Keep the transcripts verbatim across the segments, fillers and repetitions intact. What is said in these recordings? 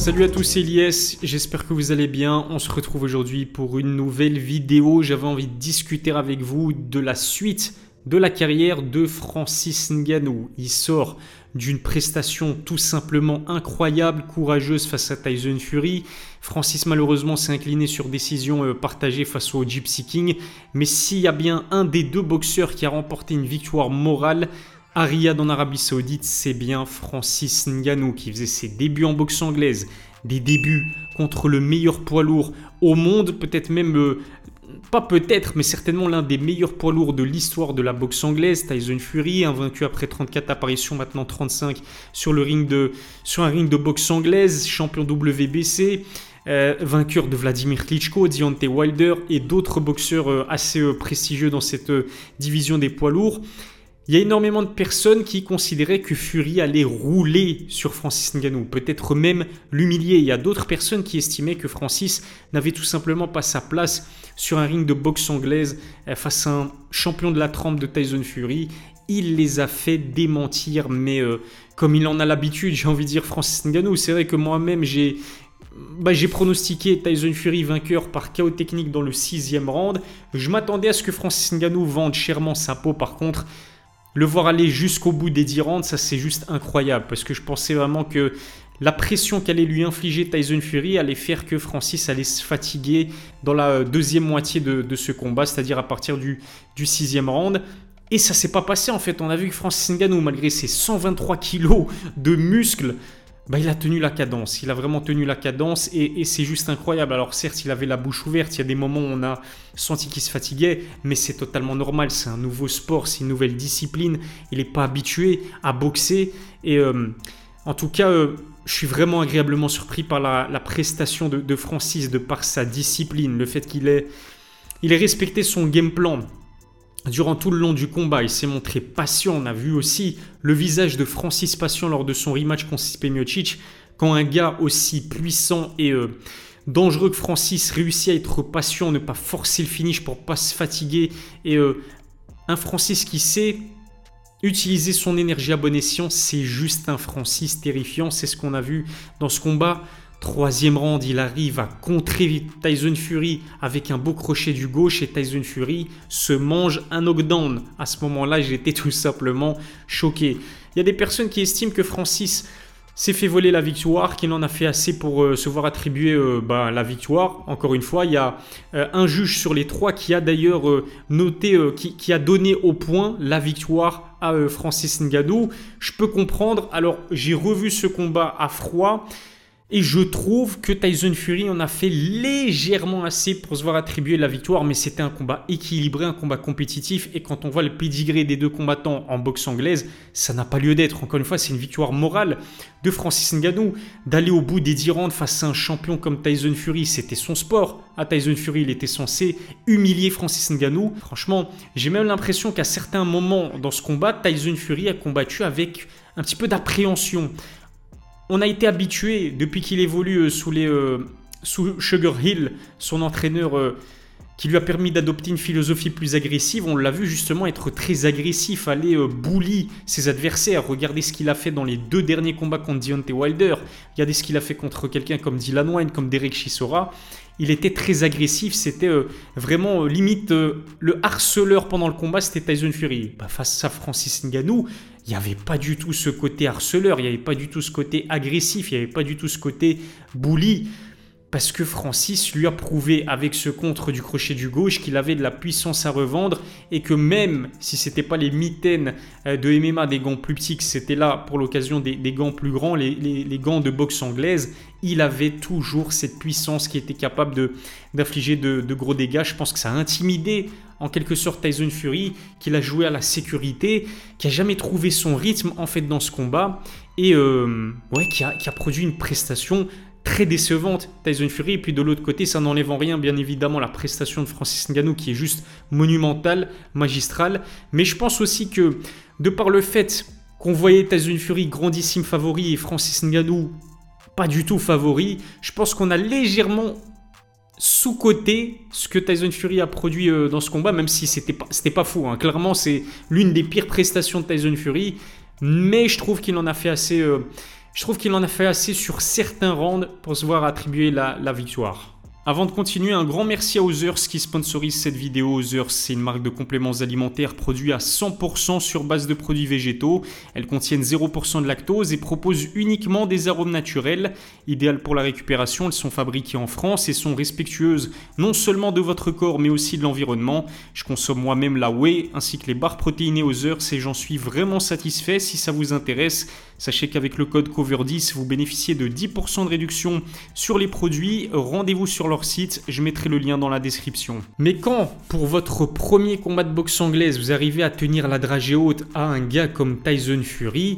Salut à tous, c'est Elias, j'espère que vous allez bien. On se retrouve aujourd'hui pour une nouvelle vidéo. J'avais envie de discuter avec vous de la suite de la carrière de Francis Ngannou. Il sort d'une prestation tout simplement incroyable, courageuse face à Tyson Fury. Francis malheureusement s'est incliné sur décision partagée face au Gypsy King. Mais s'il y a bien un des deux boxeurs qui a remporté une victoire morale à Riyad en Arabie Saoudite, c'est bien Francis Ngannou qui faisait ses débuts en boxe anglaise, des débuts contre le meilleur poids lourd au monde, peut-être même, euh, pas peut-être, mais certainement l'un des meilleurs poids lourds de l'histoire de la boxe anglaise, Tyson Fury, invaincu après trente-quatre apparitions, maintenant trente-cinq sur, le ring de, sur un ring de boxe anglaise, champion W B C, euh, vainqueur de Vladimir Klitschko, Deontay Wilder et d'autres boxeurs euh, assez euh, prestigieux dans cette euh, division des poids lourds. Il y a énormément de personnes qui considéraient que Fury allait rouler sur Francis Ngannou, peut-être même l'humilier. Il y a d'autres personnes qui estimaient que Francis n'avait tout simplement pas sa place sur un ring de boxe anglaise face à un champion de la trempe de Tyson Fury. Il les a fait démentir, mais euh, comme il en a l'habitude, j'ai envie de dire Francis Ngannou. C'est vrai que moi-même, j'ai... Bah, j'ai pronostiqué Tyson Fury vainqueur par K O technique dans le sixième round. Je m'attendais à ce que Francis Ngannou vende chèrement sa peau. Par contre, le voir aller jusqu'au bout des dix rounds, ça c'est juste incroyable parce que je pensais vraiment que la pression qu'allait lui infliger Tyson Fury allait faire que Francis allait se fatiguer dans la deuxième moitié de, de ce combat, c'est-à-dire à partir du, du sixième round. Et ça s'est pas passé en fait. On a vu que Francis Ngannou, malgré ses cent vingt-trois kilos de muscles, bah, il a tenu la cadence, il a vraiment tenu la cadence et, et c'est juste incroyable. Alors certes, il avait la bouche ouverte, il y a des moments où on a senti qu'il se fatiguait, mais c'est totalement normal, c'est un nouveau sport, c'est une nouvelle discipline, il n'est pas habitué à boxer et euh, en tout cas, euh, je suis vraiment agréablement surpris par la, la prestation de, de Francis, de par sa discipline, le fait qu'il ait, il ait respecté son game plan. Durant tout le long du combat, il s'est montré patient. On a vu aussi le visage de Francis patient lors de son rematch contre Stipe Miocic. Quand un gars aussi puissant et euh, dangereux que Francis réussit à être patient, ne pas forcer le finish pour ne pas se fatiguer. Et euh, un Francis qui sait utiliser son énergie à bon escient, c'est juste un Francis terrifiant. C'est ce qu'on a vu dans ce combat. Troisième round, il arrive à contrer Tyson Fury avec un beau crochet du gauche et Tyson Fury se mange un knockdown. À ce moment-là, j'étais tout simplement choqué. Il y a des personnes qui estiment que Francis s'est fait voler la victoire, qu'il en a fait assez pour euh, se voir attribuer euh, bah, la victoire. Encore une fois, il y a euh, un juge sur les trois qui a d'ailleurs euh, noté, euh, qui, qui a donné au point la victoire à euh, Francis Ngannou. Je peux comprendre. Alors, j'ai revu ce combat à froid. Et je trouve que Tyson Fury en a fait légèrement assez pour se voir attribuer la victoire, mais c'était un combat équilibré, un combat compétitif. Et quand on voit le pédigré des deux combattants en boxe anglaise, ça n'a pas lieu d'être. Encore une fois, c'est une victoire morale de Francis Ngannou. D'aller au bout des dix rounds face à un champion comme Tyson Fury, c'était son sport. À Tyson Fury, il était censé humilier Francis Ngannou. Franchement, j'ai même l'impression qu'à certains moments dans ce combat, Tyson Fury a combattu avec un petit peu d'appréhension. On a été habitué depuis qu'il évolue sous, les, euh, sous Sugar Hill, son entraîneur euh, qui lui a permis d'adopter une philosophie plus agressive. On l'a vu justement être très agressif, aller euh, bully ses adversaires. Regardez ce qu'il a fait dans les deux derniers combats contre Deontay Wilder. Regardez ce qu'il a fait contre quelqu'un comme Dillian Whyte, comme Derek Chisora. Il était très agressif, c'était euh, vraiment euh, limite euh, le harceleur pendant le combat, c'était Tyson Fury. Bah, face à Francis Ngannou, il n'y avait pas du tout ce côté harceleur, il n'y avait pas du tout ce côté agressif, il n'y avait pas du tout ce côté bully. Parce que Francis lui a prouvé avec ce contre du crochet du gauche qu'il avait de la puissance à revendre et que même si ce n'était pas les mitaines de M M A des gants plus petits, que c'était là pour l'occasion des, des gants plus grands, les, les, les gants de boxe anglaise, il avait toujours cette puissance qui était capable de, d'infliger de, de gros dégâts. Je pense que ça a intimidé en quelque sorte Tyson Fury, qu'il a joué à la sécurité, qui n'a jamais trouvé son rythme en fait dans ce combat et euh, ouais, qui, a, qui a produit une prestation très décevante, Tyson Fury. Et puis de l'autre côté, ça n'enlève en rien bien évidemment la prestation de Francis Ngannou qui est juste monumentale, magistrale. Mais je pense aussi que de par le fait qu'on voyait Tyson Fury grandissime favori et Francis Ngannou pas du tout favori, je pense qu'on a légèrement sous-coté ce que Tyson Fury a produit dans ce combat, même si c'était pas, c'était pas fou. Hein. Clairement, c'est l'une des pires prestations de Tyson Fury, mais je trouve qu'il en a fait assez... Euh, Je trouve qu'il en a fait assez sur certains rounds pour se voir attribuer la, la victoire. Avant de continuer, un grand merci à Others qui sponsorise cette vidéo. Others, c'est une marque de compléments alimentaires produits à cent pour cent sur base de produits végétaux. Elles contiennent zéro pour cent de lactose et proposent uniquement des arômes naturels. Idéales pour la récupération, elles sont fabriquées en France et sont respectueuses non seulement de votre corps mais aussi de l'environnement. Je consomme moi-même la whey ainsi que les barres protéinées Others et j'en suis vraiment satisfait. Si ça vous intéresse, sachez qu'avec le code cover dix, vous bénéficiez de dix pour cent de réduction sur les produits. Rendez-vous sur leur site, je mettrai le lien dans la description. Mais quand, pour votre premier combat de boxe anglaise, vous arrivez à tenir la dragée haute à un gars comme Tyson Fury,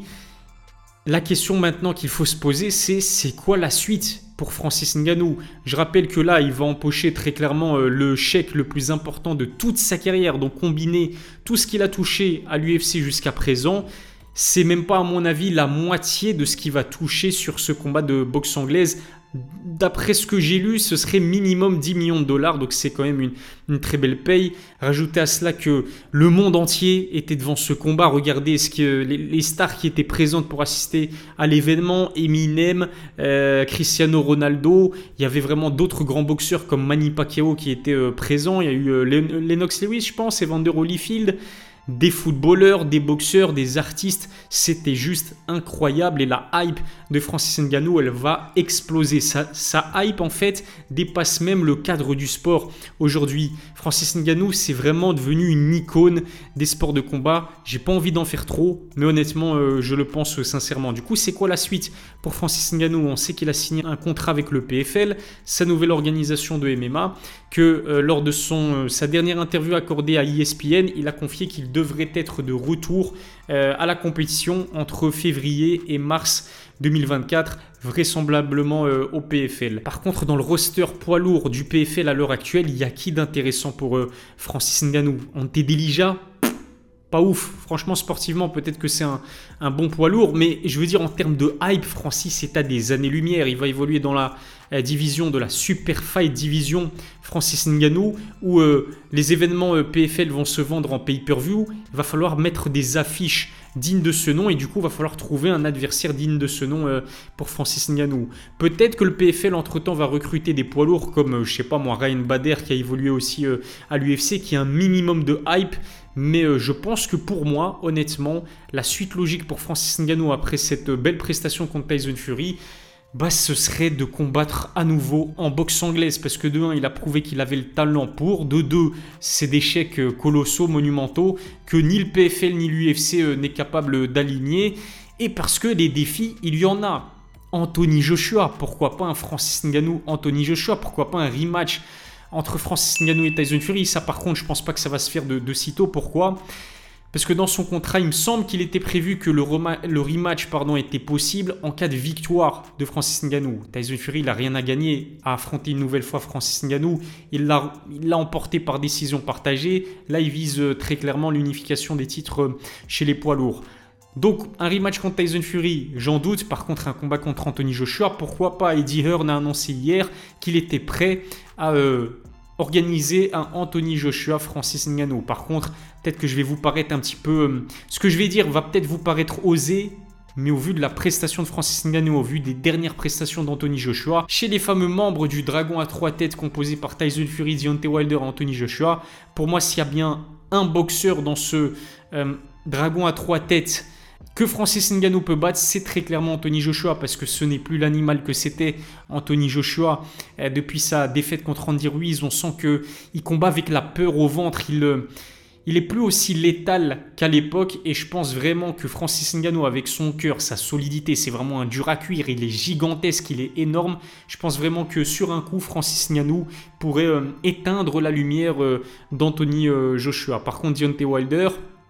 la question maintenant qu'il faut se poser, c'est c'est quoi la suite pour Francis Ngannou? Je rappelle que là, il va empocher très clairement euh, le chèque le plus important de toute sa carrière. Donc combiner tout ce qu'il a touché à l'U F C jusqu'à présent, c'est même pas à mon avis la moitié de ce qu'il va toucher sur ce combat de boxe anglaise. D'après ce que j'ai lu, ce serait minimum dix millions de dollars, donc c'est quand même une, une très belle paye. Rajoutez à cela que le monde entier était devant ce combat. Regardez ce que les, les stars qui étaient présentes pour assister à l'événement, Eminem, euh, Cristiano Ronaldo. Il y avait vraiment d'autres grands boxeurs comme Manny Pacquiao qui étaient euh, présents. Il y a eu euh, Lennox Lewis, je pense, Evander Holyfield. Des footballeurs, des boxeurs, des artistes, c'était juste incroyable et la hype de Francis Ngannou, elle va exploser. Sa, sa hype en fait dépasse même le cadre du sport. Aujourd'hui, Francis Ngannou, c'est vraiment devenu une icône des sports de combat. J'ai pas envie d'en faire trop, mais honnêtement, euh, je le pense sincèrement. Du coup, c'est quoi la suite pour Francis Ngannou? On sait qu'il a signé un contrat avec le P F L, sa nouvelle organisation de M M A, que euh, lors de son, euh, sa dernière interview accordée à E S P N, il a confié qu'il devrait être de retour euh, à la compétition entre février et mars deux mille vingt-quatre, vraisemblablement euh, au P F L. Par contre, dans le roster poids lourd du P F L à l'heure actuelle, il y a qui d'intéressant pour euh, Francis Ngannou? Ante Delija, pas ouf. Franchement, sportivement, peut-être que c'est un, un bon poids lourd, mais je veux dire, en termes de hype, Francis est à des années-lumière. Il va évoluer dans la euh, division de la Super Fight Division Francis Ngannou, où euh, les événements euh, P F L vont se vendre en pay-per-view. Il va falloir mettre des affiches dignes de ce nom et du coup, il va falloir trouver un adversaire digne de ce nom euh, pour Francis Ngannou. Peut-être que le P F L, entre-temps, va recruter des poids lourds comme, euh, je sais pas moi, Ryan Bader qui a évolué aussi euh, à l'U F C, qui a un minimum de hype. Mais euh, je pense que pour moi, honnêtement, la suite logique pour Francis Ngannou après cette euh, belle prestation contre Tyson Fury, bah, ce serait de combattre à nouveau en boxe anglaise. Parce que de un, il a prouvé qu'il avait le talent pour. De deux, c'est des chèques euh, colossaux, monumentaux, que ni le P F L ni l'U F C euh, n'est capable d'aligner. Et parce que des défis, il y en a. Anthony Joshua, pourquoi pas un Francis Ngannou, Anthony Joshua, pourquoi pas un rematch entre Francis Ngannou et Tyson Fury? Ça, par contre, je pense pas que ça va se faire de, de sitôt. Pourquoi? Parce que dans son contrat, il me semble qu'il était prévu que le, le rematch pardon, était possible en cas de victoire de Francis Ngannou. Tyson Fury, il n'a rien à gagner à affronter une nouvelle fois Francis Ngannou. Il l'a emporté par décision partagée. Là, il vise très clairement l'unification des titres chez les poids lourds. Donc, un rematch contre Tyson Fury, j'en doute. Par contre, un combat contre Anthony Joshua, pourquoi pas? Eddie Hearn a annoncé hier qu'il était prêt à euh, organiser un Anthony Joshua Francis Ngannou. Par contre, peut-être que je vais vous paraître un petit peu... Euh, ce que je vais dire va peut-être vous paraître osé, mais au vu de la prestation de Francis Ngannou, au vu des dernières prestations d'Anthony Joshua, chez les fameux membres du Dragon à trois têtes composé par Tyson Fury, Deontay Wilder et Anthony Joshua, pour moi, s'il y a bien un boxeur dans ce euh, Dragon à trois têtes que Francis Ngannou peut battre, c'est très clairement Anthony Joshua, parce que ce n'est plus l'animal que c'était Anthony Joshua. Euh, depuis sa défaite contre Andy Ruiz, on sent qu'il combat avec la peur au ventre. Il, euh, il est plus aussi létal qu'à l'époque, et je pense vraiment que Francis Ngannou, avec son cœur, sa solidité, c'est vraiment un dur à cuire. Il est gigantesque, il est énorme. Je pense vraiment que sur un coup, Francis Ngannou pourrait euh, éteindre la lumière euh, d'Anthony euh, Joshua. Par contre, Deontay Wilder...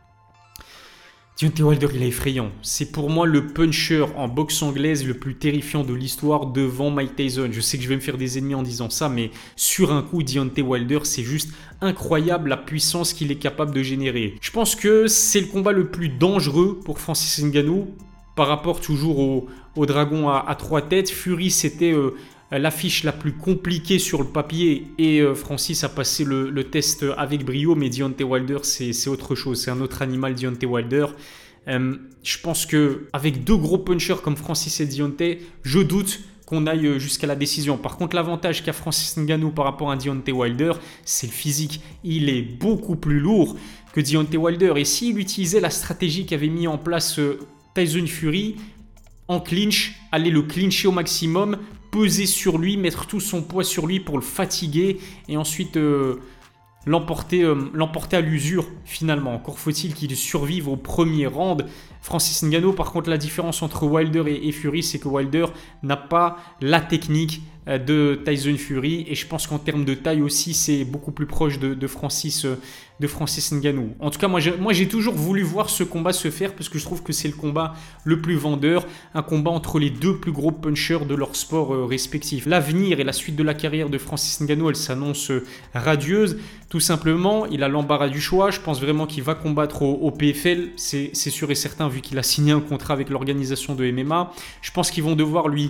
Deontay Wilder, il est effrayant. C'est pour moi le puncher en boxe anglaise le plus terrifiant de l'histoire devant Mike Tyson. Je sais que je vais me faire des ennemis en disant ça, mais sur un coup, Deontay Wilder, c'est juste incroyable la puissance qu'il est capable de générer. Je pense que c'est le combat le plus dangereux pour Francis Ngannou par rapport toujours au, au dragon à, à trois têtes. Fury, c'était... Euh, l'affiche la plus compliquée sur le papier et euh, Francis a passé le, le test avec brio, mais Deontay Wilder c'est autre chose, c'est un autre animal. Deontay Wilder, Euh, je pense qu'avec deux gros punchers comme Francis et Deontay, je doute qu'on aille jusqu'à la décision. Par contre, l'avantage qu'a Francis Ngannou par rapport à Deontay Wilder, c'est le physique. Il est beaucoup plus lourd que Deontay Wilder. Et s'il utilisait la stratégie qu'avait mis en place euh, Tyson Fury, en clinch, aller le clincher au maximum, peser sur lui, mettre tout son poids sur lui pour le fatiguer et ensuite euh, l'emporter, euh, l'emporter à l'usure finalement. Encore faut-il qu'il survive au premier round. Francis Ngannou, par contre, la différence entre Wilder et, et Fury, c'est que Wilder n'a pas la technique euh, de Tyson Fury et je pense qu'en termes de taille aussi, c'est beaucoup plus proche de, de, Francis, euh, de Francis Ngannou. En tout cas, moi j'ai, moi j'ai toujours voulu voir ce combat se faire parce que je trouve que c'est le combat le plus vendeur, un combat entre les deux plus gros punchers de leur sport euh, respectif. L'avenir et la suite de la carrière de Francis Ngannou, elle s'annonce euh, radieuse. Tout simplement, il a l'embarras du choix. Je pense vraiment qu'il va combattre au, au P F L, c'est, c'est sûr et certain vu qu'il a signé un contrat avec l'organisation de M M A. Je pense qu'ils vont devoir lui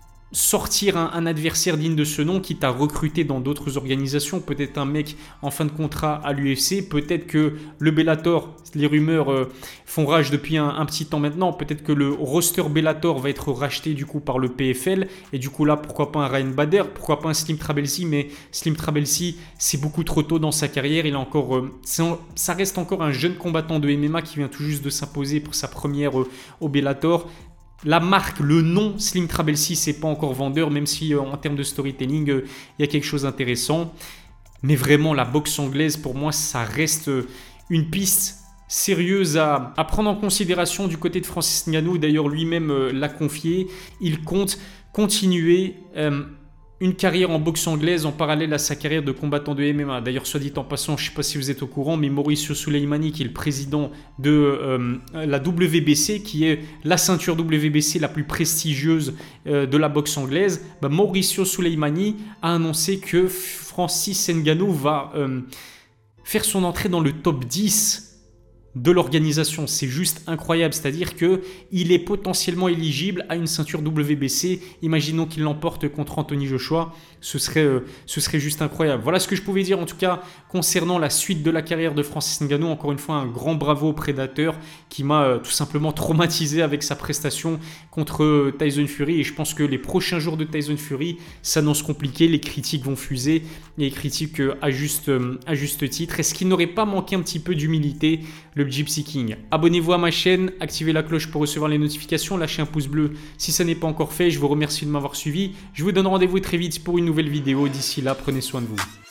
sortir un, un adversaire digne de ce nom, quitte à recruter dans d'autres organisations, peut-être un mec en fin de contrat à l'U F C, peut-être que le Bellator, les rumeurs euh, font rage depuis un, un petit temps maintenant, peut-être que le roster Bellator va être racheté du coup par le P F L, et du coup là pourquoi pas un Ryan Bader, pourquoi pas un Slim Trabelsi, mais Slim Trabelsi c'est beaucoup trop tôt dans sa carrière, il a encore, euh, ça reste encore un jeune combattant de M M A qui vient tout juste de s'imposer pour sa première euh, au Bellator. La marque, le nom Slim Trabelsi, c'est pas encore vendeur, même si euh, en termes de storytelling, il euh, y a quelque chose d'intéressant. Mais vraiment, la boxe anglaise, pour moi, ça reste euh, une piste sérieuse à, à prendre en considération du côté de Francis Ngannou. D'ailleurs, lui-même euh, l'a confié. Il compte continuer euh, une carrière en boxe anglaise en parallèle à sa carrière de combattant de M M A. D'ailleurs, soit dit en passant, je ne sais pas si vous êtes au courant, mais Mauricio Soleimani, qui est le président de euh, la W B C, qui est la ceinture W B C la plus prestigieuse euh, de la boxe anglaise, bah, Mauricio Soleimani a annoncé que Francis Ngannou va euh, faire son entrée dans le top dix de l'organisation. C'est juste incroyable, c'est-à-dire qu'il est potentiellement éligible à une ceinture W B C. Imaginons qu'il l'emporte contre Anthony Joshua, ce serait, euh, ce serait juste incroyable. Voilà ce que je pouvais dire en tout cas concernant la suite de la carrière de Francis Ngannou. Encore une fois, un grand bravo au prédateur qui m'a euh, tout simplement traumatisé avec sa prestation contre euh, Tyson Fury, et je pense que les prochains jours de Tyson Fury s'annoncent compliqués, les critiques vont fuser, et les critiques euh, à, juste, euh, à juste titre. Est-ce qu'il n'aurait pas manqué un petit peu d'humilité, le Gypsy King? Abonnez-vous à ma chaîne, activez la cloche pour recevoir les notifications, lâchez un pouce bleu si ça n'est pas encore fait. Je vous remercie de m'avoir suivi. Je vous donne rendez-vous très vite pour une nouvelle vidéo. D'ici là, prenez soin de vous.